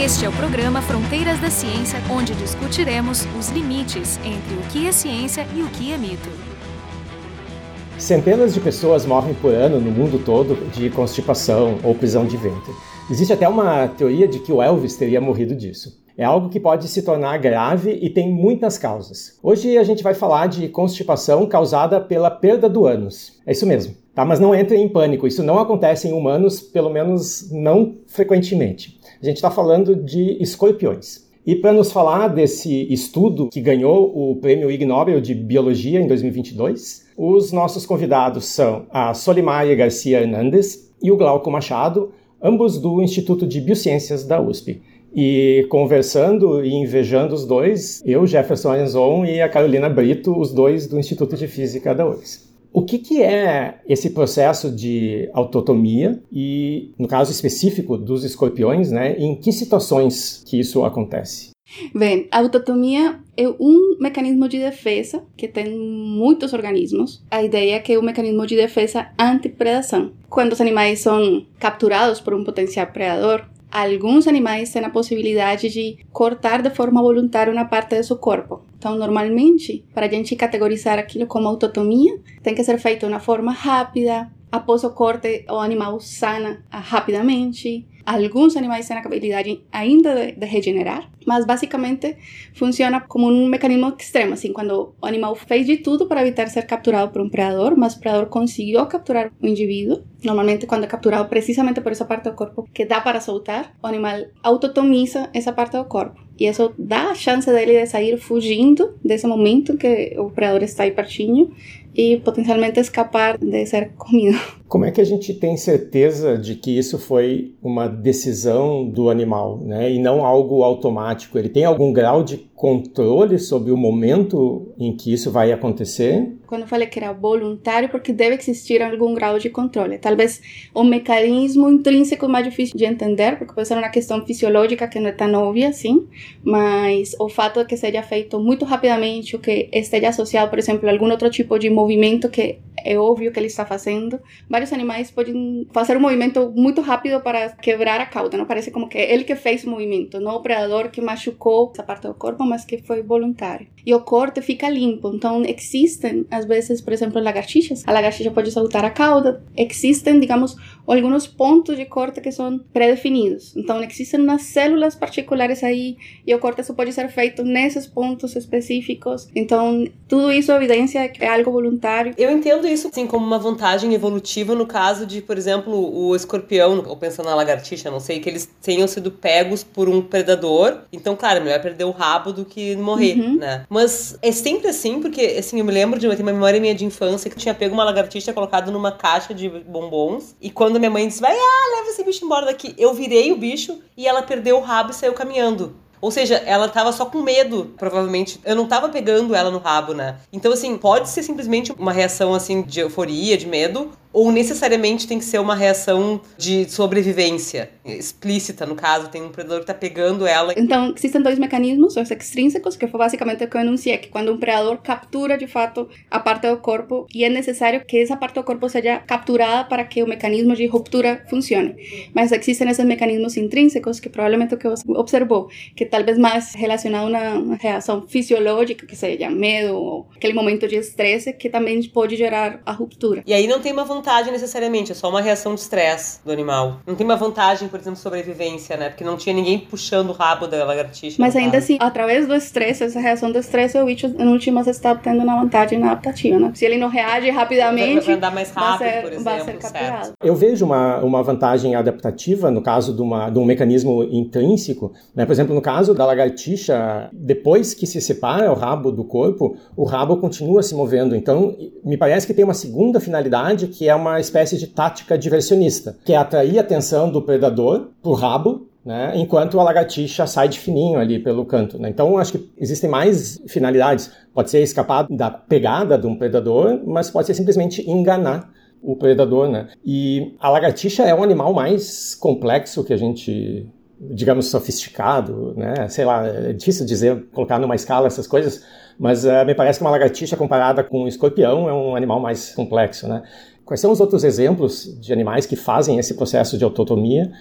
Este é o programa Fronteiras da Ciência, onde discutiremos os limites entre o que é ciência e o que é mito. Centenas de pessoas morrem por ano no mundo todo de constipação ou prisão de ventre. Existe até uma teoria de que o Elvis teria morrido disso. É algo que pode se tornar grave e tem muitas causas. Hoje a gente vai falar de constipação causada pela perda do ânus. É isso mesmo, tá? Mas não entrem em pânico, isso não acontece em humanos, pelo menos não frequentemente. A gente está falando de escorpiões. E para nos falar desse estudo que ganhou o Prêmio Ig Nobel de Biologia em 2022, os nossos convidados são a Solimaya Garcia Hernandes e o Glauco Machado, ambos do Instituto de Biociências da USP. E conversando e invejando os dois, eu, Jefferson Enzon, e a Carolina Brito, os dois do Instituto de Física da URGS. O que é esse processo de autotomia e, no caso específico dos escorpiões, né, em que situações que isso acontece? Bem, a autotomia é um mecanismo de defesa que tem muitos organismos. A ideia é que é um mecanismo de defesa anti-predação. Quando os animais são capturados por um potencial predador, alguns animais têm a possibilidade de cortar de forma voluntária uma parte de seu corpo. Então, normalmente, para a gente categorizar aquilo como autotomia, tem que ser feito de uma forma rápida. Após o corte, o animal sana rapidamente. Alguns animais têm a habilidade ainda de regenerar, mas basicamente funciona como um mecanismo extremo, assim, quando o animal fez de tudo para evitar ser capturado por um predador, mas o predador conseguiu capturar o indivíduo. Normalmente, quando é capturado precisamente por essa parte do corpo que dá para soltar, o animal autotomiza essa parte do corpo. E isso dá a chance dele de sair fugindo desse momento que o predador está aí pertinho e potencialmente escapar de ser comido. Como é que a gente tem certeza de que isso foi uma decisão do animal, né, e não algo automático? Ele tem algum grau de controle sobre o momento em que isso vai acontecer? Quando eu falei que era voluntário, porque deve existir algum grau de controle. Talvez o mecanismo intrínseco é mais difícil de entender, porque pode ser uma questão fisiológica que não é tão óbvia assim, mas o fato de que seja feito muito rapidamente, ou que esteja associado, por exemplo, a algum outro tipo de movimento que é óbvio que ele está fazendo. Vários animais podem fazer um movimento muito rápido para quebrar a cauda, não parece como que é ele que fez o movimento, não o predador que machucou essa parte do corpo, mas que foi voluntário. E o corte fica limpo, então existem, às vezes, por exemplo, lagartixas. A lagartixa pode soltar a cauda. Existem, digamos, alguns pontos de corte que são pré-definidos. Então, existem umas células particulares aí e o corte só pode ser feito nesses pontos específicos. Então, tudo isso evidencia que é algo voluntário. Eu entendo isso, assim, como uma vantagem evolutiva no caso de, por exemplo, o escorpião, ou pensando na lagartixa, não sei, que eles tenham sido pegos por um predador. Então, claro, é melhor perder o rabo do que morrer, né? Mas é sempre assim, porque, assim, eu me lembro de uma memória minha de infância que eu tinha pego uma lagartixa colocado numa caixa de bombons, e quando minha mãe disse, leva esse bicho embora daqui, eu virei o bicho e ela perdeu o rabo e saiu caminhando. Ou seja, ela tava só com medo, provavelmente. Eu não tava pegando ela no rabo, né? Então, assim, pode ser simplesmente uma reação, assim, de euforia, de medo, ou necessariamente tem que ser uma reação de sobrevivência explícita, no caso, tem um predador que tá pegando ela. Então, existem dois mecanismos, os extrínsecos, que foi basicamente o que eu enunciei, que quando um predador captura, de fato, a parte do corpo, e é necessário que essa parte do corpo seja capturada para que o mecanismo de ruptura funcione. Mas existem esses mecanismos intrínsecos, que provavelmente o que você observou, que talvez mais relacionado a uma reação fisiológica, que seja medo, ou aquele momento de estresse, que também pode gerar a ruptura. E aí não tem uma vantagem necessariamente, é só uma reação de estresse do animal. Não tem uma vantagem, por exemplo, sobrevivência, né? Porque não tinha ninguém puxando o rabo da lagartixa. Mas ainda assim, através do estresse, essa reação do estresse, o bicho, no último, você está tendo uma vantagem adaptativa, né? Se ele não reage rapidamente, vai andar mais rápido, por exemplo, vai ser capturado. certo. Eu vejo uma vantagem adaptativa no caso de um mecanismo intrínseco, né? Por exemplo, no caso da lagartixa, depois que se separa o rabo do corpo, o rabo continua se movendo. Então, me parece que tem uma segunda finalidade, que é uma espécie de tática diversionista, que é atrair a atenção do predador pro rabo, né, enquanto a lagartixa sai de fininho ali pelo canto, né? Então, acho que existem mais finalidades. Pode ser escapar da pegada de um predador, mas pode ser simplesmente enganar o predador, né? E a lagartixa é um animal mais complexo que a gente, digamos, sofisticado, né? Sei lá, é difícil dizer, colocar numa escala essas coisas, mas me parece que uma lagartixa comparada com um escorpião é um animal mais complexo, né? Quais são os outros exemplos de animais que fazem esse processo de autotomia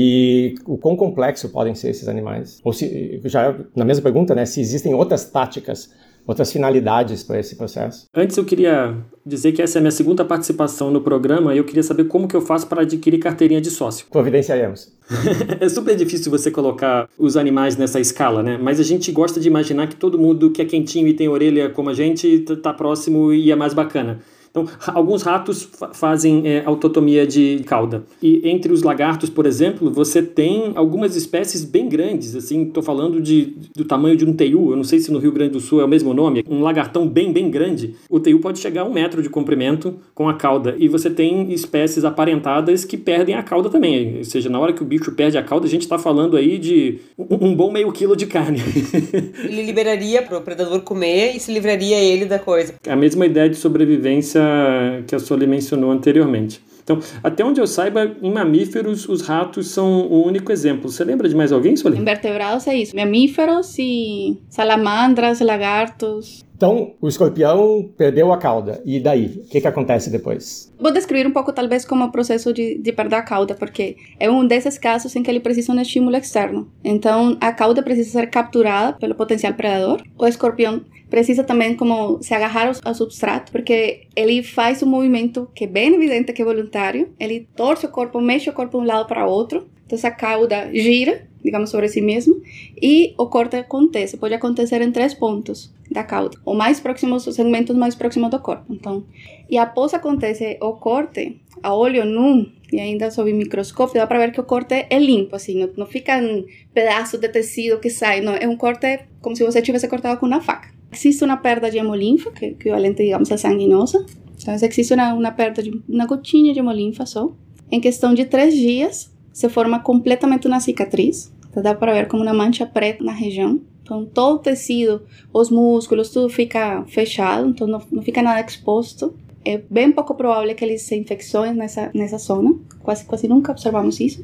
e o quão complexo podem ser esses animais? Ou se, já na mesma pergunta, né, se existem outras táticas, outras finalidades para esse processo? Antes eu queria dizer que essa é a minha segunda participação no programa e eu queria saber como que eu faço para adquirir carteirinha de sócio. Providenciaremos. É super difícil você colocar os animais nessa escala, né? Mas a gente gosta de imaginar que todo mundo que é quentinho e tem orelha como a gente tá próximo e é mais bacana. Então, alguns ratos fazem autotomia de cauda. E entre os lagartos, por exemplo, você tem algumas espécies bem grandes, assim, estou falando do tamanho de um teiu, eu não sei se no Rio Grande do Sul é o mesmo nome, um lagartão bem, bem grande. O teiu pode chegar a 1 metro de comprimento com a cauda. E você tem espécies aparentadas que perdem a cauda também. Ou seja, na hora que o bicho perde a cauda, a gente está falando aí de um bom meio quilo de carne. Ele liberaria para o predador comer e se livraria ele da coisa. A mesma ideia de sobrevivência que a Sueli mencionou anteriormente. Então, até onde eu saiba, em mamíferos, os ratos são o único exemplo. Você lembra de mais alguém, Sueli? Invertebrados é isso. Mamíferos e salamandras, lagartos. Então, o escorpião perdeu a cauda. E daí? O que acontece depois? Vou descrever um pouco, talvez, como o processo de perder a cauda, porque é um desses casos em que ele precisa de um estímulo externo. Então, a cauda precisa ser capturada pelo potencial predador. O escorpião precisa também como se agarrar ao substrato, porque ele faz um movimento que é bem evidente que é voluntário. Ele torce o corpo, mexe o corpo de um lado para o outro. Então, essa cauda gira, digamos, sobre si mesmo, e o corte acontece. Pode acontecer em 3 pontos da cauda, ou mais próximos, os segmentos mais próximos do corpo. Então, e após acontecer o corte, a olho nu, e ainda sob microscópio, dá para ver que o corte é limpo, assim, não fica um pedaço de tecido que sai, não, é um corte como se você tivesse cortado com uma faca. Existe uma perda de hemolinfa, que é equivalente, digamos, a sanguinosa. Então, existe uma perda de uma gotinha de hemolinfa só. Em questão de 3 dias, se forma completamente uma cicatriz. Então, dá para ver como uma mancha preta na região. Então, todo o tecido, os músculos, tudo fica fechado, então não fica nada exposto. É bem pouco provável que eles se infecções nessa zona. Quase nunca observamos isso.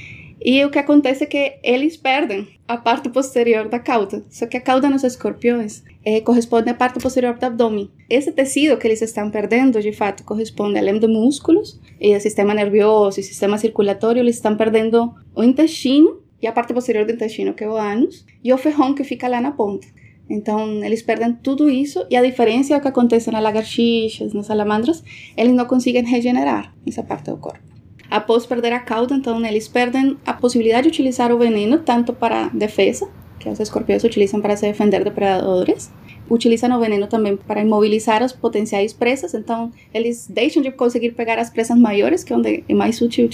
E o que acontece é que eles perdem a parte posterior da cauda. Só que a cauda nos escorpiões corresponde à parte posterior do abdômen. Esse tecido que eles estão perdendo, de fato, corresponde além de músculos, e o sistema nervioso e sistema circulatório, eles estão perdendo o intestino e a parte posterior do intestino, que é o ânus, e o ferrão que fica lá na ponta. Então, eles perdem tudo isso, e a diferença é o que acontece nas lagartixas, nas salamandras, eles não conseguem regenerar essa parte do corpo. Após perder a cauda, então, eles perdem a possibilidade de utilizar o veneno, tanto para defesa, que os escorpiões utilizam para se defender de predadores, utilizam o veneno também para imobilizar as potenciais presas, então eles deixam de conseguir pegar as presas maiores, que é onde é mais útil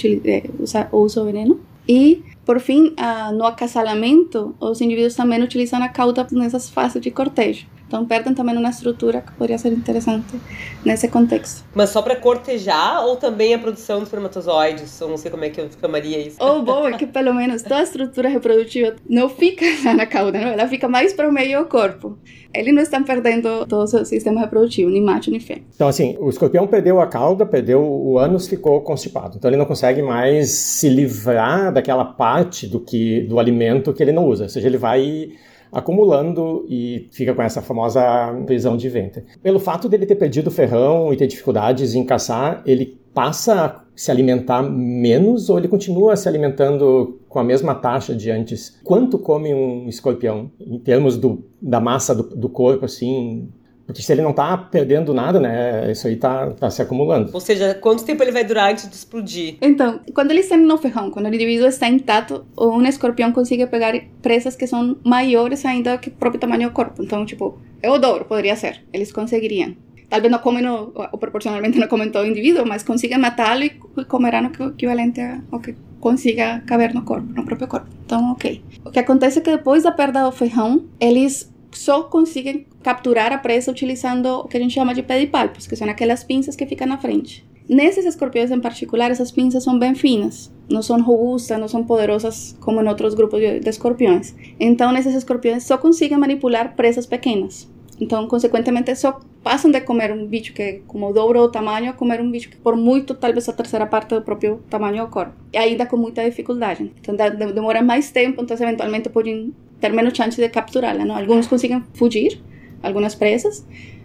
o uso do veneno. E, por fim, no acasalamento, os indivíduos também utilizam a cauda nessas fases de cortejo. Então, perdem também uma estrutura que poderia ser interessante nesse contexto. Mas só para cortejar ou também a produção de espermatozoides? Eu não sei como é que eu chamaria isso. O bom é que, pelo menos, toda a estrutura reprodutiva não fica na cauda, não? Ela fica mais para o meio do corpo. Eles não estão perdendo todo o seu sistema reprodutivo, nem macho nem fêmea. Então, assim, o escorpião perdeu a cauda, perdeu o ânus, ficou constipado. Então, ele não consegue mais se livrar daquela parte do alimento que ele não usa. Ou seja, ele vai acumulando e fica com essa famosa prisão de ventre. Pelo fato dele ter perdido o ferrão e ter dificuldades em caçar, ele passa a se alimentar menos ou ele continua se alimentando com a mesma taxa de antes? Quanto come um escorpião em termos da massa do corpo, assim? Porque se ele não tá perdendo nada, né, isso aí tá se acumulando. Ou seja, quanto tempo ele vai durar antes de explodir? Então, quando eles estão no ferrão, quando o indivíduo está intacto, um escorpião consegue pegar presas que são maiores ainda que o próprio tamanho do corpo. Então, tipo, é o dobro, poderia ser. Eles conseguiriam. Talvez não comem, ou proporcionalmente não comem todo o indivíduo, mas conseguem matá-lo e comerão o equivalente ao que consiga caber no corpo, no próprio corpo. Então, ok. O que acontece é que depois da perda do ferrão, eles só conseguem capturar a presa utilizando o que a gente chama de pedipalpos, que são aquelas pinças que ficam na frente. Nesses escorpiões em particular, essas pinças são bem finas, não são robustas, não são poderosas como em outros grupos de escorpiões. Então, nesses escorpiões só conseguem manipular presas pequenas. Então, consequentemente, só passam de comer um bicho que é como o dobro do tamanho a comer um bicho que por muito, talvez a terceira parte do próprio tamanho do corpo. E ainda com muita dificuldade. Então, demora mais tempo, então eventualmente podem ter menos chance de capturá-la, não? Alguns conseguem fugir, algumas presas,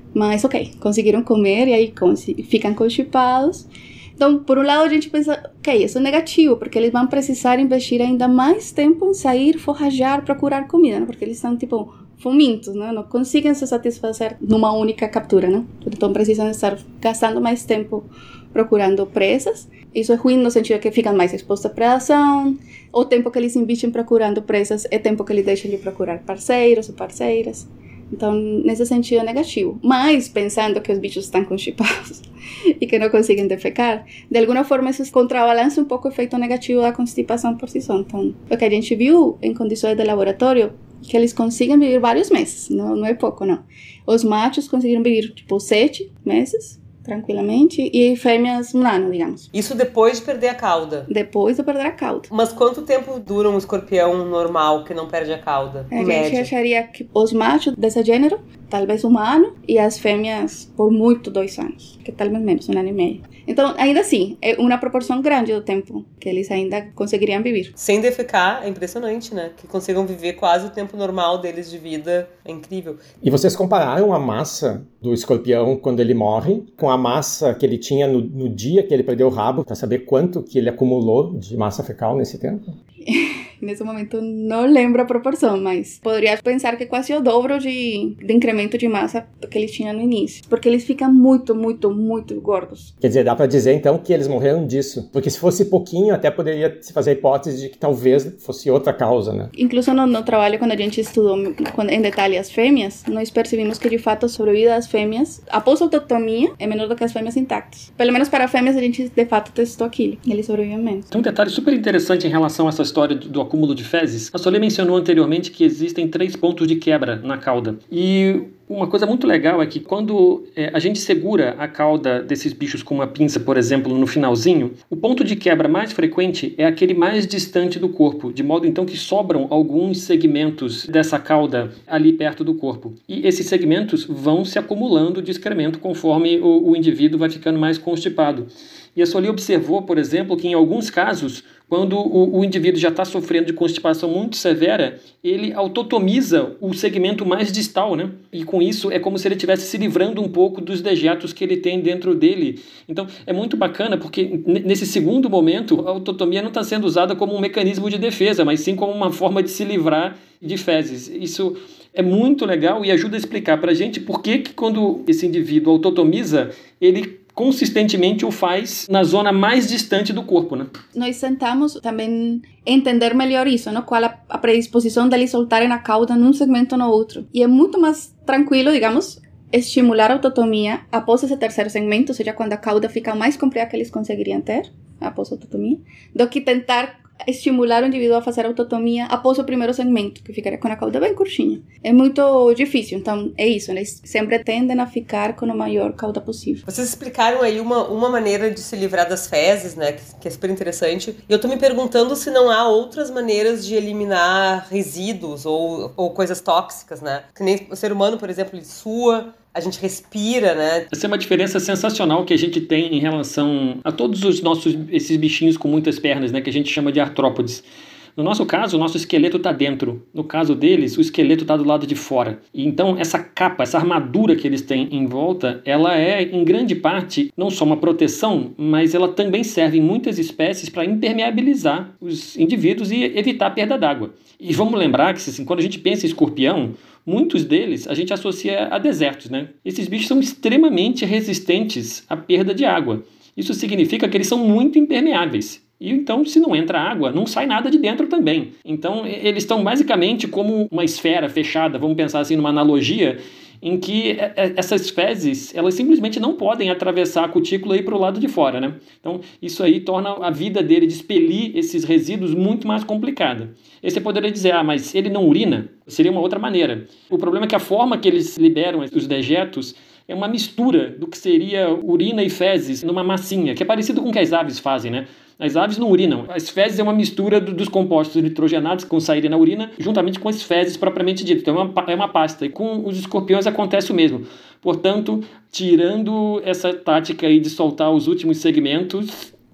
Mas ok, conseguiram comer e aí ficam constipados. Então, por um lado, a gente pensa, ok, isso é negativo, porque eles vão precisar investir ainda mais tempo em sair, forragear, procurar comida, né? Porque eles estão, tipo, famintos, né? Não conseguem se satisfazer numa única captura, né? Então, precisam estar gastando mais tempo procurando presas. Isso é ruim no sentido que ficam mais expostos à predação. O tempo que eles investem procurando presas é tempo que eles deixam de procurar parceiros ou parceiras. Então, nesse sentido, é negativo. Mas, pensando que os bichos estão constipados e que não conseguem defecar, de alguma forma isso contrabalança um pouco o efeito negativo da constipação por si só. Então, o que a gente viu em condições de laboratório, que eles conseguem viver vários meses, não é pouco, não. Os machos conseguiram viver, tipo, 7 meses, tranquilamente, e fêmeas 1 ano, digamos. Isso depois de perder a cauda? Depois de perder a cauda. Mas quanto tempo dura um escorpião normal que não perde a cauda? A gente acharia que os machos desse gênero, talvez 1 ano, e as fêmeas por muito 2 anos, que talvez menos, 1 ano e meio. Então, ainda assim, é uma proporção grande do tempo que eles ainda conseguiriam viver. Sem defecar, é impressionante, né? Que consigam viver quase o tempo normal deles de vida, é incrível. E vocês compararam a massa do escorpião quando ele morre com a massa que ele tinha no dia que ele perdeu o rabo, para saber quanto que ele acumulou de massa fecal nesse tempo? Nesse momento não lembro a proporção, mas poderia pensar que quase o dobro de incremento de massa que eles tinham no início. Porque eles ficam muito, muito, muito gordos. Quer dizer, dá para dizer então que eles morreram disso. Porque se fosse pouquinho, até poderia se fazer a hipótese de que talvez fosse outra causa, né? Incluso no trabalho, quando a gente estudou em detalhe as fêmeas, nós percebimos que de fato a sobrevida das fêmeas após a autotomia é menor do que as fêmeas intactas. Pelo menos para fêmeas a gente de fato testou aquilo. E eles sobrevivem menos. Tem um detalhe super interessante em relação a essa história do acúmulo de fezes. A Solê mencionou anteriormente que existem 3 pontos de quebra na cauda. E uma coisa muito legal é que quando a gente segura a cauda desses bichos com uma pinça, por exemplo, no finalzinho, o ponto de quebra mais frequente é aquele mais distante do corpo, de modo então que sobram alguns segmentos dessa cauda ali perto do corpo. E esses segmentos vão se acumulando de excremento conforme o indivíduo vai ficando mais constipado. E a Solê observou, por exemplo, que em alguns casos, quando o indivíduo já está sofrendo de constipação muito severa, ele autotomiza o segmento mais distal, né? E com isso é como se ele estivesse se livrando um pouco dos dejetos que ele tem dentro dele. Então é muito bacana porque nesse segundo momento a autotomia não está sendo usada como um mecanismo de defesa, mas sim como uma forma de se livrar de fezes. Isso é muito legal e ajuda a explicar para a gente por que quando esse indivíduo autotomiza, ele consistentemente o faz na zona mais distante do corpo, né? Nós tentamos também entender melhor isso, né? Qual a predisposição deles soltarem a cauda num segmento ou no outro. E é muito mais tranquilo, digamos, estimular a autotomia após esse terceiro segmento, ou seja, quando a cauda fica mais comprida que eles conseguiriam ter após a autotomia, do que tentar estimular o indivíduo a fazer autotomia após o primeiro segmento, que ficaria com a cauda bem curtinha. É muito difícil, então é isso, eles sempre tendem a ficar com a maior cauda possível. Vocês explicaram aí uma maneira de se livrar das fezes, né, que é super interessante. E eu tô me perguntando se não há outras maneiras de eliminar resíduos ou coisas tóxicas, né? Que nem o ser humano, por exemplo, ele sua, a gente respira, né? Essa é uma diferença sensacional que a gente tem em relação a todos esses bichinhos com muitas pernas, né, que a gente chama de artrópodes. No nosso caso, o nosso esqueleto está dentro. No caso deles, o esqueleto está do lado de fora. E então, essa capa, essa armadura que eles têm em volta, ela é, em grande parte, não só uma proteção, mas ela também serve em muitas espécies para impermeabilizar os indivíduos e evitar a perda d'água. E vamos lembrar que, assim, quando a gente pensa em escorpião, muitos deles a gente associa a desertos, né? Esses bichos são extremamente resistentes à perda de água. Isso significa que eles são muito impermeáveis. E então, se não entra água, não sai nada de dentro também. Então, eles estão basicamente como uma esfera fechada, vamos pensar assim numa analogia, em que essas fezes, elas simplesmente não podem atravessar a cutícula e ir para o lado de fora, né? Então, isso aí torna a vida dele de expelir esses resíduos muito mais complicada. E você poderia dizer, mas ele não urina? Seria uma outra maneira. O problema é que a forma que eles liberam os dejetos é uma mistura do que seria urina e fezes numa massinha, que é parecido com o que as aves fazem, né? As aves não urinam. As fezes é uma mistura dos compostos nitrogenados que vão sair na urina, juntamente com as fezes propriamente dito. Então é uma pasta. E com os escorpiões acontece o mesmo. Portanto, tirando essa tática aí de soltar os últimos segmentos,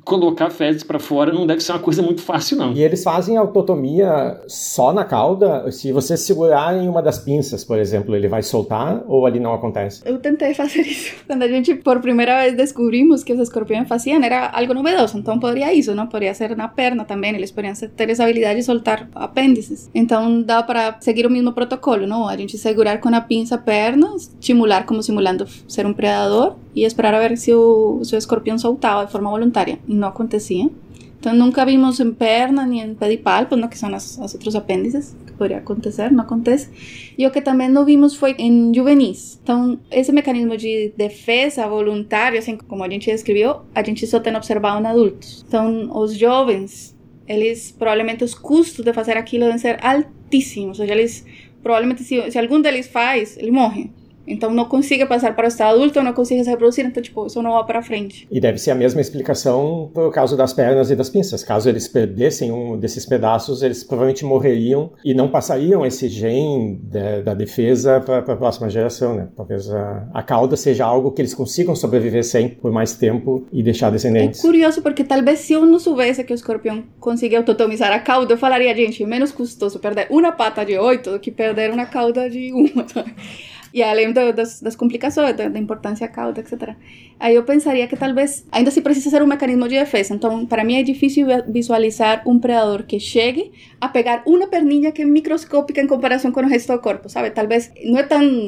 colocar fezes para fora não deve ser uma coisa muito fácil, não. E eles fazem autotomia só na cauda? Se você segurar em uma das pinças, por exemplo, ele vai soltar ou ali não acontece? Eu tentei fazer isso. Quando a gente, por primeira vez, descobrimos que os escorpiões faziam, era algo novedoso. Então, poderia isso, não? Poderia ser na perna também. Eles poderiam ter essa habilidade de soltar apêndices. Então, dá para seguir o mesmo protocolo, não? A gente segurar com a pinça a perna, estimular como simulando ser um predador e esperar a ver se o escorpião soltava de forma voluntária. Não acontecia. Então, nunca vimos em perna nem em pedipalpo, ¿no? Que são os outros apêndices, que poderia acontecer, não acontece. E o que também não vimos foi em juvenis. Então, esse mecanismo de defesa voluntário, assim como a gente descreveu, a gente só tem observado em adultos. Então, os jovens, eles, provavelmente, os custos de fazer aquilo devem ser altíssimos. Ou seja, eles, provavelmente, se algum deles faz, ele morre. Então, não consegue passar para o estado adulto, não consegue se reproduzir, então, tipo, isso não vai para frente. E deve ser a mesma explicação por causa das pernas e das pinças. Caso eles perdessem um desses pedaços, eles provavelmente morreriam e não passariam esse gene da defesa para a próxima geração, né? Talvez a cauda seja algo que eles consigam sobreviver sem por mais tempo e deixar descendentes. É curioso, porque talvez se eu não soubesse que o escorpião conseguia autotomizar a cauda, eu falaria, gente, é menos custoso perder uma pata de 8 do que perder uma cauda de 1, sabe? E além das complicações, da importância da cauda, etc. Aí eu pensaria que talvez ainda se precisa ser um mecanismo de defesa. Então, para mim é difícil visualizar um predador que chegue a pegar uma perninha que é microscópica em comparação com o resto do corpo, sabe? Talvez não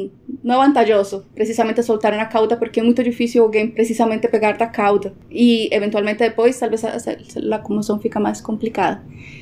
é vantajoso precisamente soltar uma cauda, porque é muito difícil alguém precisamente pegar da cauda. E, eventualmente, depois, talvez a locomoção fica mais complicada.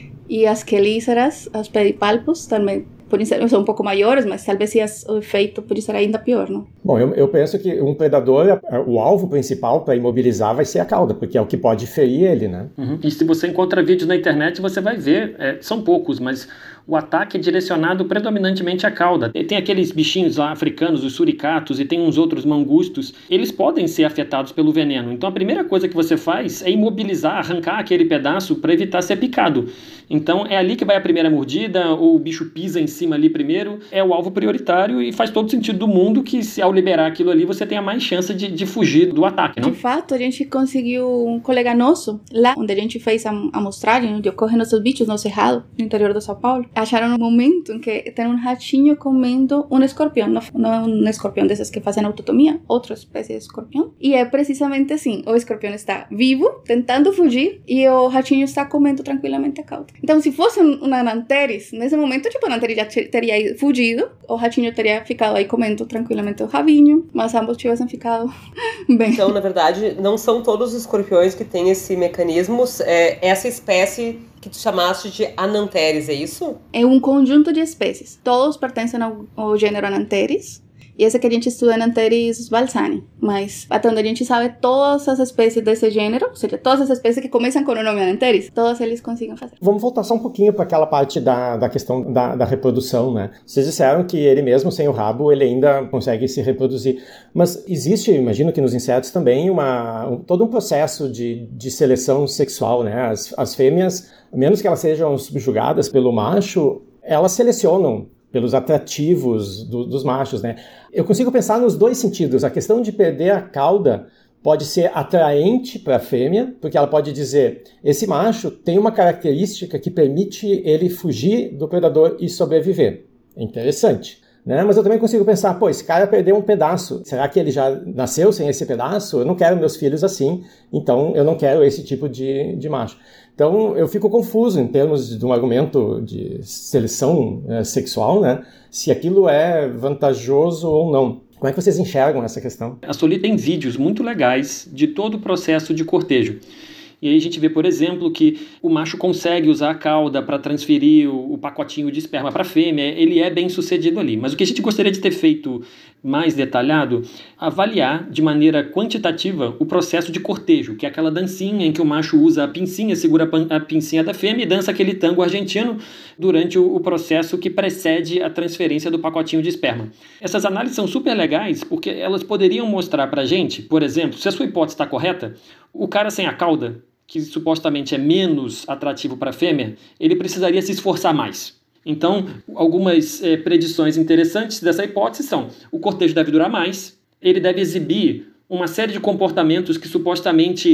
E as quelíceras, os pedipalpos, também são um pouco maiores, mas talvez o efeito pode ser ainda pior, não? Bom, eu penso que um predador, o alvo principal para imobilizar vai ser a cauda, porque é o que pode ferir ele, né? Uhum. E se você encontra vídeos na internet, você vai ver, são poucos, mas o ataque é direcionado predominantemente à cauda. Tem aqueles bichinhos lá africanos, os suricatos, e tem uns outros mangustos. Eles podem ser afetados pelo veneno. Então a primeira coisa que você faz é imobilizar, arrancar aquele pedaço para evitar ser picado. Então é ali que vai a primeira mordida, ou o bicho pisa em cima ali primeiro. É o alvo prioritário e faz todo sentido do mundo que, se ao liberar aquilo ali, você tenha mais chance de fugir do ataque, não? De fato, a gente conseguiu um colega nosso, lá onde a gente fez a amostragem, onde ocorrem nossos bichos no Cerrado, no interior de São Paulo. Acharam um momento em que tem um ratinho comendo um escorpião, não é um escorpião desses que fazem autotomia, outra espécie de escorpião. E é precisamente assim, o escorpião está vivo, tentando fugir, e o ratinho está comendo tranquilamente a cauda. Então, se fosse uma Ananteris, nesse momento, tipo, a Ananteris já teria fugido, o ratinho teria ficado aí comendo tranquilamente o rabinho, mas ambos tivessem ficado bem. Então, na verdade, não são todos os escorpiões que têm esse mecanismo, essa espécie que tu chamaste de Ananteris, é isso? É um conjunto de espécies. Todos pertencem ao gênero Ananteris. E esse que a gente estuda é Ananteris balsani. Mas até onde a gente sabe, todas as espécies desse gênero, ou seja, todas as espécies que começam com o nome Ananteris, todas eles conseguem fazer. Vamos voltar só um pouquinho para aquela parte da questão da reprodução, né? Vocês disseram que ele mesmo, sem o rabo, ele ainda consegue se reproduzir. Mas existe, imagino que nos insetos também, todo um processo de seleção sexual, né? As fêmeas, a menos que elas sejam subjugadas pelo macho, elas selecionam pelos atrativos dos machos, né? Eu consigo pensar nos dois sentidos. A questão de perder a cauda pode ser atraente para a fêmea, porque ela pode dizer, esse macho tem uma característica que permite ele fugir do predador e sobreviver. É interessante, né? Mas eu também consigo pensar, esse cara perdeu um pedaço. Será que ele já nasceu sem esse pedaço? Eu não quero meus filhos assim, então eu não quero esse tipo de macho. Então, eu fico confuso em termos de um argumento de seleção sexual, né? Se aquilo é vantajoso ou não. Como é que vocês enxergam essa questão? A Soli tem vídeos muito legais de todo o processo de cortejo. E aí a gente vê, por exemplo, que o macho consegue usar a cauda para transferir o pacotinho de esperma para a fêmea, ele é bem sucedido ali. Mas o que a gente gostaria de ter feito mais detalhado, avaliar de maneira quantitativa o processo de cortejo, que é aquela dancinha em que o macho usa a pincinha, segura a pincinha da fêmea e dança aquele tango argentino durante o processo que precede a transferência do pacotinho de esperma. Essas análises são super legais porque elas poderiam mostrar para a gente, por exemplo, se a sua hipótese está correta, o cara sem a cauda, que supostamente é menos atrativo para a fêmea, ele precisaria se esforçar mais. Então, algumas predições interessantes dessa hipótese são: o cortejo deve durar mais, ele deve exibir uma série de comportamentos que supostamente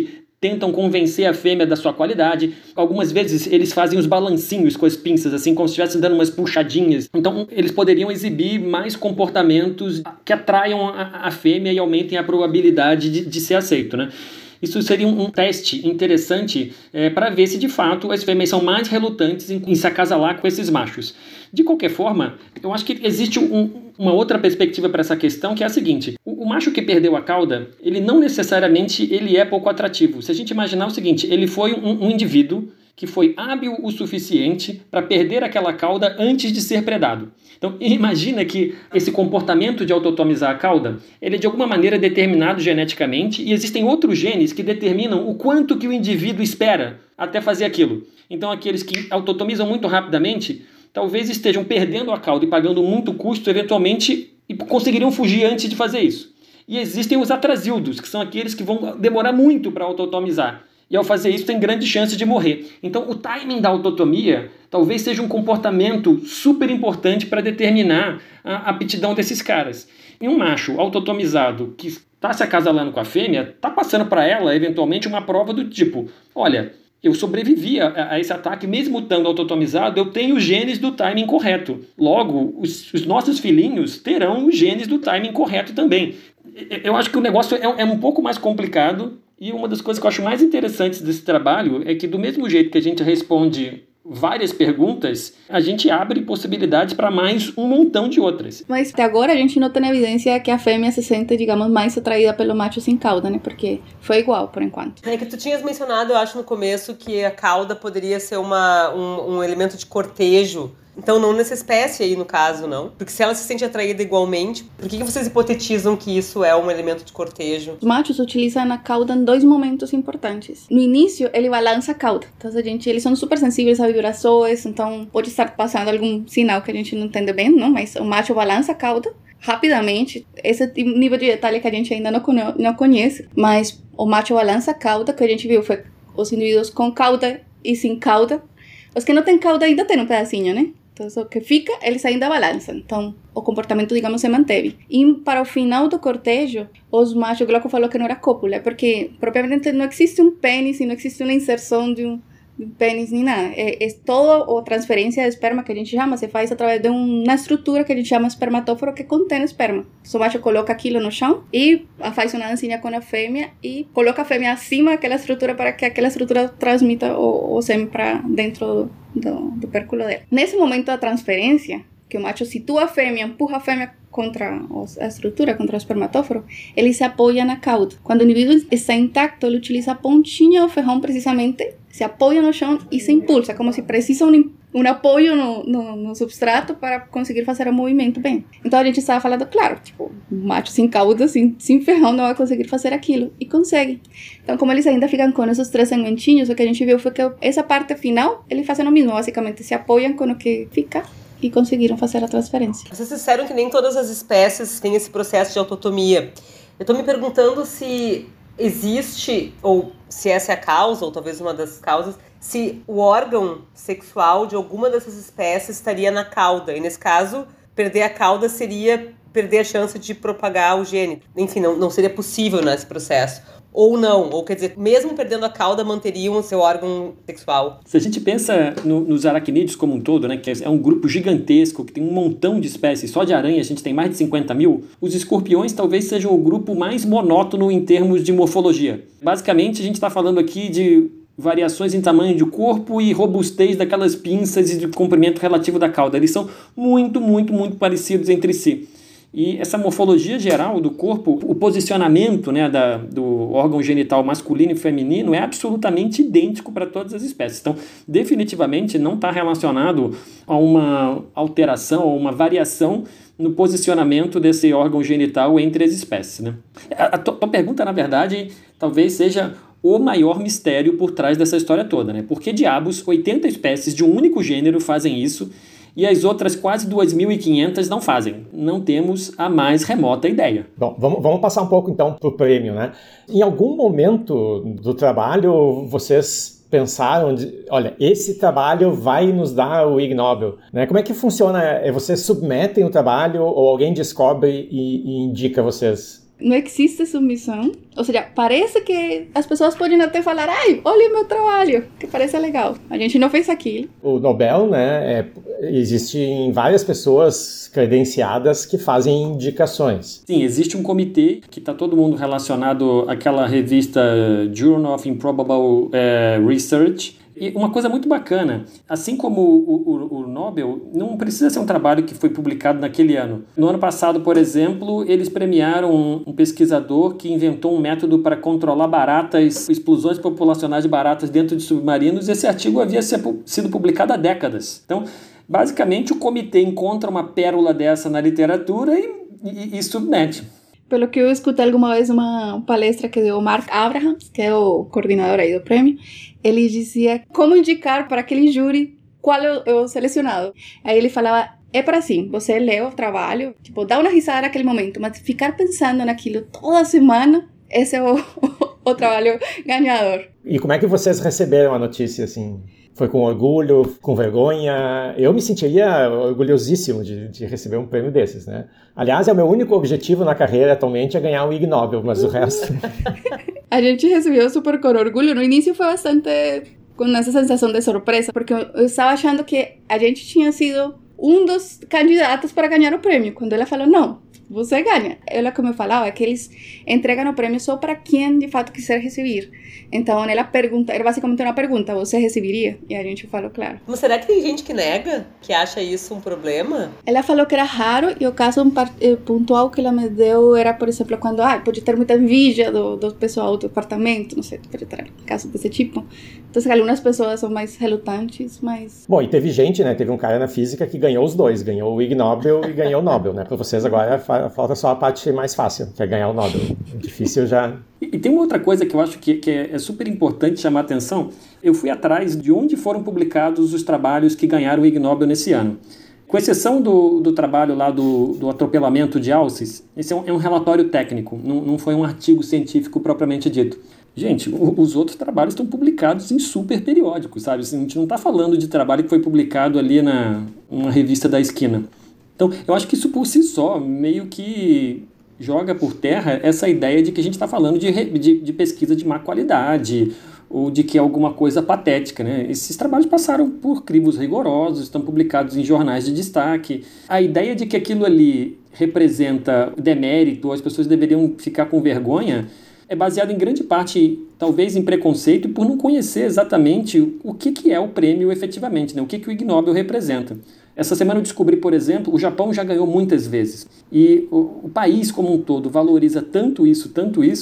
tentam convencer a fêmea da sua qualidade. Algumas vezes eles fazem os balancinhos com as pinças, assim, como se estivessem dando umas puxadinhas. Então, eles poderiam exibir mais comportamentos que atraiam a fêmea e aumentem a probabilidade de ser aceito, né? Isso seria um teste interessante para ver se, de fato, as fêmeas são mais relutantes em se acasalar com esses machos. De qualquer forma, eu acho que existe uma outra perspectiva para essa questão, que é a seguinte. O macho que perdeu a cauda, ele não necessariamente ele é pouco atrativo. Se a gente imaginar o seguinte, ele foi um indivíduo que foi hábil o suficiente para perder aquela cauda antes de ser predado. Então, imagina que esse comportamento de autotomizar a cauda, ele é de alguma maneira determinado geneticamente e existem outros genes que determinam o quanto que o indivíduo espera até fazer aquilo. Então, aqueles que autotomizam muito rapidamente, talvez estejam perdendo a cauda e pagando muito custo, eventualmente, e conseguiriam fugir antes de fazer isso. E existem os atrasildos, que são aqueles que vão demorar muito para autotomizar. E ao fazer isso tem grande chance de morrer. Então o timing da autotomia talvez seja um comportamento super importante para determinar a aptidão desses caras. E um macho autotomizado que está se acasalando com a fêmea, está passando para ela eventualmente uma prova do tipo, olha, eu sobrevivi a esse ataque mesmo estando autotomizado, eu tenho os genes do timing correto. Logo, os nossos filhinhos terão os genes do timing correto também. Eu acho que o negócio é um pouco mais complicado. E uma das coisas que eu acho mais interessantes desse trabalho é que, do mesmo jeito que a gente responde várias perguntas, a gente abre possibilidades para mais um montão de outras. Mas até agora a gente não tem evidência que a fêmea se sente, digamos, mais atraída pelo macho sem cauda, né? Porque foi igual, por enquanto. É que tu tinhas mencionado, eu acho, no começo, que a cauda poderia ser um elemento de cortejo. Então, não nessa espécie aí, no caso, não. Porque se ela se sente atraída igualmente, por que vocês hipotetizam que isso é um elemento de cortejo? Os machos utilizam a cauda em 2 momentos importantes. No início, ele balança a cauda. Então, eles são super sensíveis a vibrações, então pode estar passando algum sinal que a gente não entende bem, não? Mas o macho balança a cauda rapidamente. Esse nível de detalhe que a gente ainda não conhece. Mas o macho balança a cauda, que a gente viu foi os indivíduos com cauda e sem cauda. Os que não têm cauda ainda têm um pedacinho, né? Então, o que fica, eles ainda balançam. Então, o comportamento, digamos, se manteve. E para o final do cortejo, os machos, o Glauco falou que não era cópula, porque propriamente não existe um pênis e não existe uma inserção de um pênis nem nada. É toda a transferência de esperma que a gente chama, se faz através de uma estrutura que a gente chama espermatóforo que contém esperma. O macho coloca aquilo no chão e faz uma dancinha com a fêmea e coloca a fêmea acima daquela estrutura para que aquela estrutura transmita o sêmen para dentro do pérculo dela. Nesse momento da transferência, que o macho situa a fêmea, empurra a fêmea contra a estrutura, contra o espermatóforo, ele se apoia na cauda. Quando o indivíduo está intacto, ele utiliza a pontinha do ferrão precisamente, se apoia no chão e se impulsa, como se precisa um apoio no substrato para conseguir fazer o movimento bem. Então a gente estava falando, claro, tipo, o macho sem cauda, sem ferrão, não vai conseguir fazer aquilo. E consegue. Então, como eles ainda ficam com esses 3 segmentinhos, o que a gente viu foi que essa parte final, eles fazem o mesmo, basicamente, se apoiam com o que fica e conseguiram fazer a transferência. Vocês disseram que nem todas as espécies têm esse processo de autotomia. Eu estou me perguntando se existe, ou se essa é a causa, ou talvez uma das causas, se o órgão sexual de alguma dessas espécies estaria na cauda. E nesse caso, perder a cauda seria perder a chance de propagar o gene. Enfim, não seria possível nesse processo. Ou não, ou quer dizer, mesmo perdendo a cauda, manteriam o seu órgão sexual. Se a gente pensa nos aracnídeos como um todo, né, que é um grupo gigantesco, que tem um montão de espécies, só de aranha a gente tem mais de 50 mil, os escorpiões talvez sejam o grupo mais monótono em termos de morfologia. Basicamente, a gente está falando aqui de variações em tamanho de corpo e robustez daquelas pinças e de comprimento relativo da cauda. Eles são muito, muito, muito parecidos entre si. E essa morfologia geral do corpo, o posicionamento, né, do órgão genital masculino e feminino é absolutamente idêntico para todas as espécies. Então, definitivamente não está relacionado a uma alteração ou uma variação no posicionamento desse órgão genital entre as espécies, né? A tua pergunta, na verdade, talvez seja o maior mistério por trás dessa história toda, né? Por que diabos 80 espécies de um único gênero fazem isso e as outras quase 2.500 não fazem? Não temos a mais remota ideia. Bom, vamos passar um pouco então para o prêmio, né? Em algum momento do trabalho, vocês pensaram, olha, esse trabalho vai nos dar o Ig Nobel, né? Como é que funciona? Vocês submetem o trabalho ou alguém descobre e indica vocês? não existe submissão. Ou seja, parece que as pessoas podem até falar, ai, olha meu trabalho, que parece legal. A gente não fez aquilo. O Nobel, né, existem várias pessoas credenciadas que fazem indicações. Sim, existe um comitê que está todo mundo relacionado àquela revista Journal of Improbable Research. E uma coisa muito bacana, assim como o Nobel, não precisa ser um trabalho que foi publicado naquele ano. No ano passado, por exemplo, eles premiaram um pesquisador que inventou um método para controlar baratas, explosões populacionais de baratas dentro de submarinos, e esse artigo havia sido publicado há décadas. Então, basicamente, o comitê encontra uma pérola dessa na literatura e submete. Pelo que eu escutei alguma vez uma palestra que deu o Mark Abraham, que é o coordenador aí do prêmio, ele dizia como indicar para aquele júri qual é o selecionado. Aí ele falava, é para assim, você lê o trabalho, tipo, dá uma risada naquele momento, mas ficar pensando naquilo toda semana, esse é o trabalho ganhador. E como é que vocês receberam a notícia, assim? Foi com orgulho, com vergonha? Eu me sentiria orgulhosíssimo de receber um prêmio desses, né? Aliás, é o meu único objetivo na carreira atualmente é ganhar um Ig Nobel, mas o resto... A gente recebeu super com orgulho. No início foi bastante com essa sensação de surpresa, porque eu estava achando que a gente tinha sido um dos candidatos para ganhar o prêmio. Quando ela falou, não, você ganha. Ela, como eu falava, é que eles entregam o prêmio só para quem de fato quiser receber. Então ela pergunta, era basicamente uma pergunta, você receberia? E a gente falou, claro. Mas será que tem gente que nega? Que acha isso um problema? Ela falou que era raro, e o caso pontual que ela me deu era, por exemplo, quando pode ter muita envidia do pessoal do departamento, não sei, pode ter casos desse tipo. Então, algumas pessoas são mais relutantes, mas... Bom, e teve gente, né? Teve um cara na física que ganhou os dois, ganhou o Ig Nobel e ganhou o Nobel, né? Para vocês agora falta só a parte mais fácil, que é ganhar o Nobel. O difícil já... E tem uma outra coisa que eu acho que é super importante chamar a atenção. Eu fui atrás de onde foram publicados os trabalhos que ganharam o Ig Nobel nesse ano. Com exceção do trabalho lá do atropelamento de alces, esse é um relatório técnico, não foi um artigo científico propriamente dito. Gente, os outros trabalhos estão publicados em super periódicos, sabe? A gente não está falando de trabalho que foi publicado ali numa revista da esquina. Então, eu acho que isso por si só meio que joga por terra essa ideia de que a gente está falando de pesquisa de má qualidade ou de que é alguma coisa patética, né? Esses trabalhos passaram por crivos rigorosos, estão publicados em jornais de destaque. A ideia de que aquilo ali representa demérito ou as pessoas deveriam ficar com vergonha é baseado em grande parte, talvez, em preconceito e por não conhecer exatamente o que é o prêmio efetivamente, né? O que o Ig Nobel representa. Essa semana eu descobri, por exemplo, o Japão já ganhou muitas vezes. E o país como um todo valoriza tanto isso,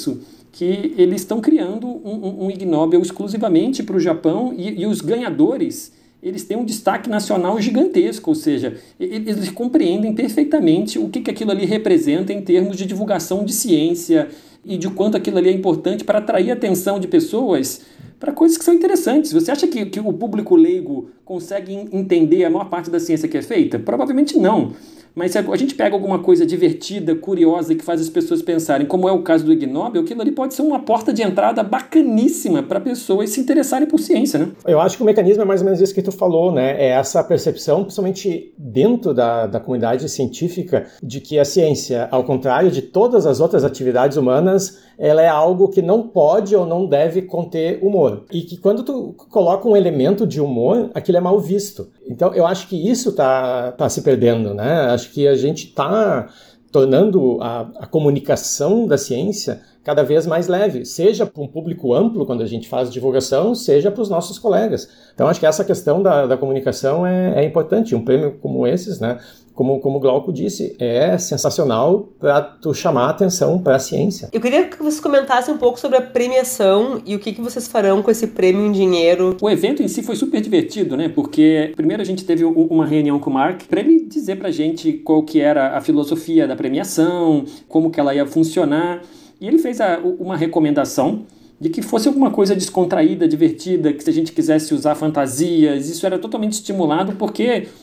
que eles estão criando um Ig Nobel exclusivamente para o Japão e os ganhadores, eles têm um destaque nacional gigantesco, ou seja, eles compreendem perfeitamente o que aquilo ali representa em termos de divulgação de ciência e de quanto aquilo ali é importante para atrair a atenção de pessoas para coisas que são interessantes. Você acha que o público leigo consegue entender a maior parte da ciência que é feita? Provavelmente não. Mas se a gente pega alguma coisa divertida, curiosa, que faz as pessoas pensarem, como é o caso do Ig Nobel, aquilo ali pode ser uma porta de entrada bacaníssima para pessoas se interessarem por ciência, né? Eu acho que o mecanismo é mais ou menos isso que tu falou, né? É essa percepção, principalmente dentro da comunidade científica, de que a ciência, ao contrário de todas as outras atividades humanas, ela é algo que não pode ou não deve conter humor. E que quando tu coloca um elemento de humor, aquilo é mal visto. Então, eu acho que isso tá se perdendo, né? Acho que a gente está tornando a comunicação da ciência cada vez mais leve, seja para um público amplo, quando a gente faz divulgação, seja para os nossos colegas. Então, acho que essa questão da comunicação é importante. Um prêmio como esses, né? Como o Glauco disse, é sensacional para tu chamar a atenção para a ciência. Eu queria que vocês comentassem um pouco sobre a premiação e o que vocês farão com esse prêmio em dinheiro. O evento em si foi super divertido, né? Porque primeiro a gente teve uma reunião com o Mark para ele dizer pra gente qual que era a filosofia da premiação, como que ela ia funcionar. E ele fez uma recomendação de que fosse alguma coisa descontraída, divertida, que se a gente quisesse usar fantasias, isso era totalmente estimulado, porque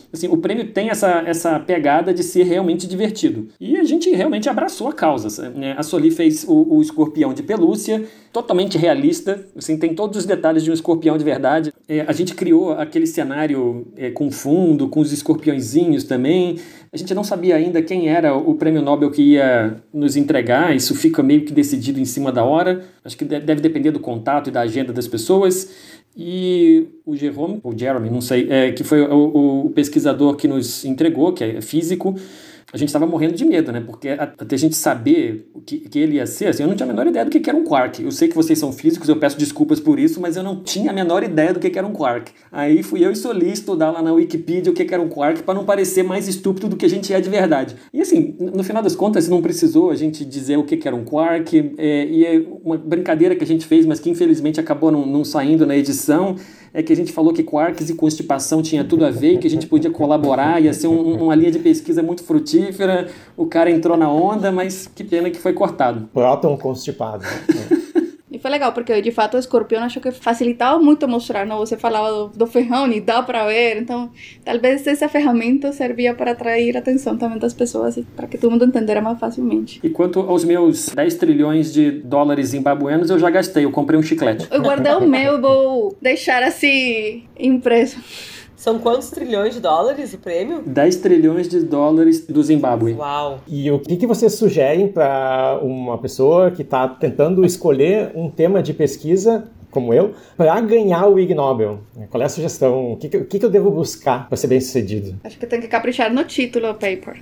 assim, o prêmio tem essa pegada de ser realmente divertido. E a gente realmente abraçou a causa, né? A Soli fez o escorpião de pelúcia, totalmente realista, assim, tem todos os detalhes de um escorpião de verdade. A gente criou aquele cenário com fundo, com os escorpiõezinhos também. A gente não sabia ainda quem era o prêmio Nobel que ia nos entregar, isso fica meio que decidido em cima da hora. Acho que deve depender do contato e da agenda das pessoas. E o Jeremy, não sei, que foi o pesquisador que nos entregou, que é físico, a gente estava morrendo de medo, né? Porque até a gente saber o que ele ia ser, assim, eu não tinha a menor ideia do que era um quark. Eu sei que vocês são físicos, eu peço desculpas por isso, mas eu não tinha a menor ideia do que era um quark. Aí fui eu e Soli estudar lá na Wikipedia o que era um quark para não parecer mais estúpido do que a gente é de verdade. E assim, no final das contas, não precisou a gente dizer o que era um quark, e é uma brincadeira que a gente fez, mas que infelizmente acabou não saindo na edição, é que a gente falou que quarks e constipação tinha tudo a ver, que a gente podia colaborar, ia ser uma linha de pesquisa muito frutífera, o cara entrou na onda, mas que pena que foi cortado. Próton constipado. E foi legal, porque de fato o escorpião achou que facilitava muito mostrar, não? Você falava do ferrão e dá para ver, então talvez essa ferramenta servia para atrair a atenção também das pessoas, para que todo mundo entendesse mais facilmente. E quanto aos meus 10 trilhões de dólares zimbabuenos, eu já gastei, eu comprei um chiclete. Eu guardei o meu e vou deixar assim impresso. São quantos trilhões de dólares o prêmio? 10 trilhões de dólares do Zimbábue. Uau! E o que vocês sugerem para uma pessoa que está tentando escolher um tema de pesquisa, como eu, para ganhar o Ig Nobel? Qual é a sugestão? O que eu devo buscar para ser bem sucedido? Acho que tem que caprichar no título do paper.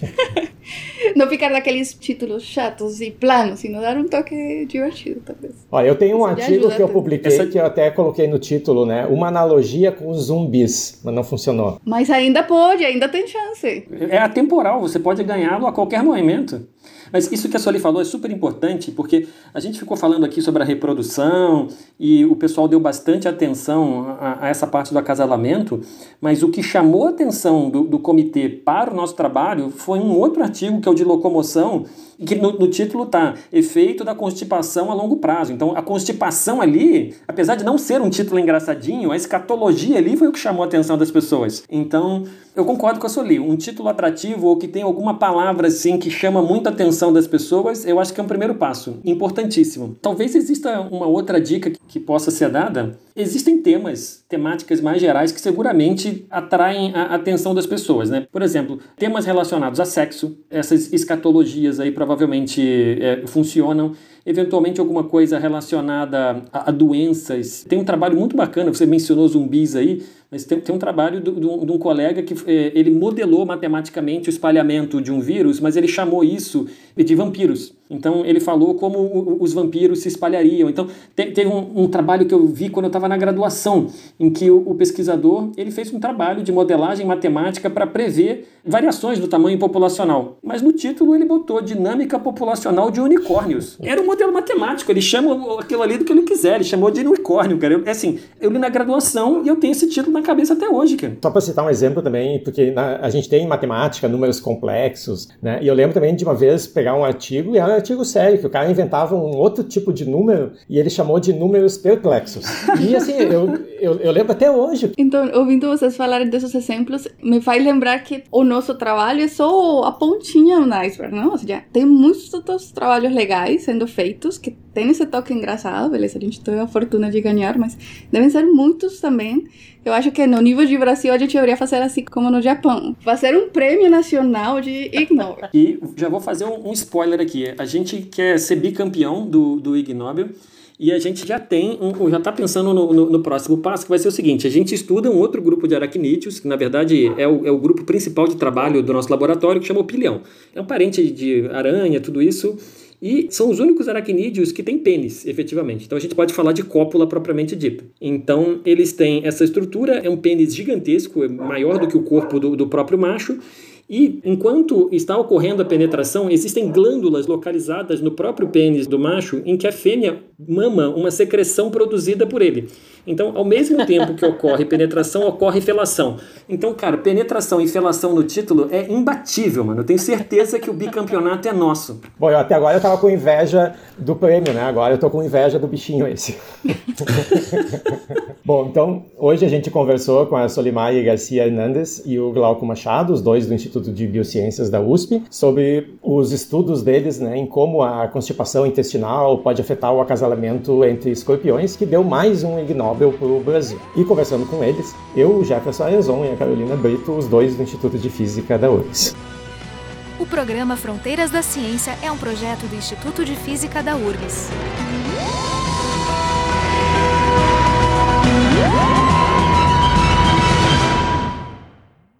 Não ficar daqueles títulos chatos e planos, sino dar um toque divertido, talvez. Olha, eu tenho um artigo que eu publiquei, que eu até coloquei no título, né? Uma analogia com os zumbis, mas não funcionou. Mas ainda pode, ainda tem chance. É atemporal, você pode ganhá-lo a qualquer momento. Mas isso que a Soli falou é super importante, porque a gente ficou falando aqui sobre a reprodução e o pessoal deu bastante atenção a essa parte do acasalamento, mas o que chamou a atenção do comitê para o nosso trabalho foi um outro artigo, que é o de locomoção, que no título está efeito da constipação a longo prazo. Então, a constipação ali, apesar de não ser um título engraçadinho, a escatologia ali foi o que chamou a atenção das pessoas. Então, eu concordo com a Soli. Um título atrativo ou que tem alguma palavra assim que chama muito a atenção das pessoas, eu acho que é um primeiro passo, importantíssimo. Talvez exista uma outra dica que possa ser dada. Existem temáticas mais gerais que seguramente atraem a atenção das pessoas, né? Por exemplo, temas relacionados a sexo, essas escatologias aí provavelmente funcionam. Eventualmente alguma coisa relacionada a doenças. Tem um trabalho muito bacana, você mencionou zumbis aí, mas tem um trabalho de um colega que ele modelou matematicamente o espalhamento de um vírus, mas ele chamou isso de vampiros. Então ele falou como os vampiros se espalhariam. Então teve um trabalho que eu vi quando eu estava na graduação, em que o pesquisador ele fez um trabalho de modelagem matemática para prever variações do tamanho populacional. Mas no título ele botou dinâmica populacional de unicórnios. Era um modelo matemático, ele chama aquilo ali do que ele quiser, ele chamou de unicórnio, cara. Eu li na graduação e eu tenho esse título na cabeça até hoje, cara. Só para citar um exemplo também, porque a gente tem em matemática números complexos, né? E eu lembro também de uma vez pegar um artigo, e era um artigo sério, que o cara inventava um outro tipo de número e ele chamou de números perplexos. E assim, eu lembro até hoje. Então, ouvindo vocês falarem desses exemplos, me faz lembrar que o nosso trabalho é só a pontinha no iceberg, não? Ou seja, tem muitos outros trabalhos legais sendo feitos que tem esse toque engraçado, beleza? A gente teve a fortuna de ganhar, mas devem ser muitos também. Eu acho que no nível de Brasil a gente deveria fazer assim como no Japão. Fazer um prêmio nacional de Ig Nobel. E já vou fazer um spoiler aqui. A gente quer ser bicampeão do Ig Nobel. E a gente já está pensando no próximo passo, que vai ser o seguinte: a gente estuda um outro grupo de aracnídeos, que na verdade é o grupo principal de trabalho do nosso laboratório, que chama o pilhão. É um parente de aranha, tudo isso. E são os únicos aracnídeos que têm pênis, efetivamente. Então a gente pode falar de cópula propriamente dita. Então eles têm essa estrutura, é um pênis gigantesco, é maior do que o corpo do próprio macho. E enquanto está ocorrendo a penetração, existem glândulas localizadas no próprio pênis do macho em que a fêmea mama uma secreção produzida por ele. Então, ao mesmo tempo que ocorre penetração, ocorre felação. Então, cara, penetração e felação no título é imbatível, mano. Eu tenho certeza que o bicampeonato é nosso. Bom, até agora eu tava com inveja do prêmio, né? Agora eu tô com inveja do bichinho esse. Bom, então, hoje a gente conversou com a Solimay Garcia Hernandes e o Glauco Machado, os dois do Instituto de Biociências da USP, sobre os estudos deles, né, em como a constipação intestinal pode afetar o acasalamento entre escorpiões, que deu mais um Ig Nobel para o Brasil. E conversando com eles, eu, o Jefferson Arezon e a Carolina Brito, os dois do Instituto de Física da URGS. O programa Fronteiras da Ciência é um projeto do Instituto de Física da URGS.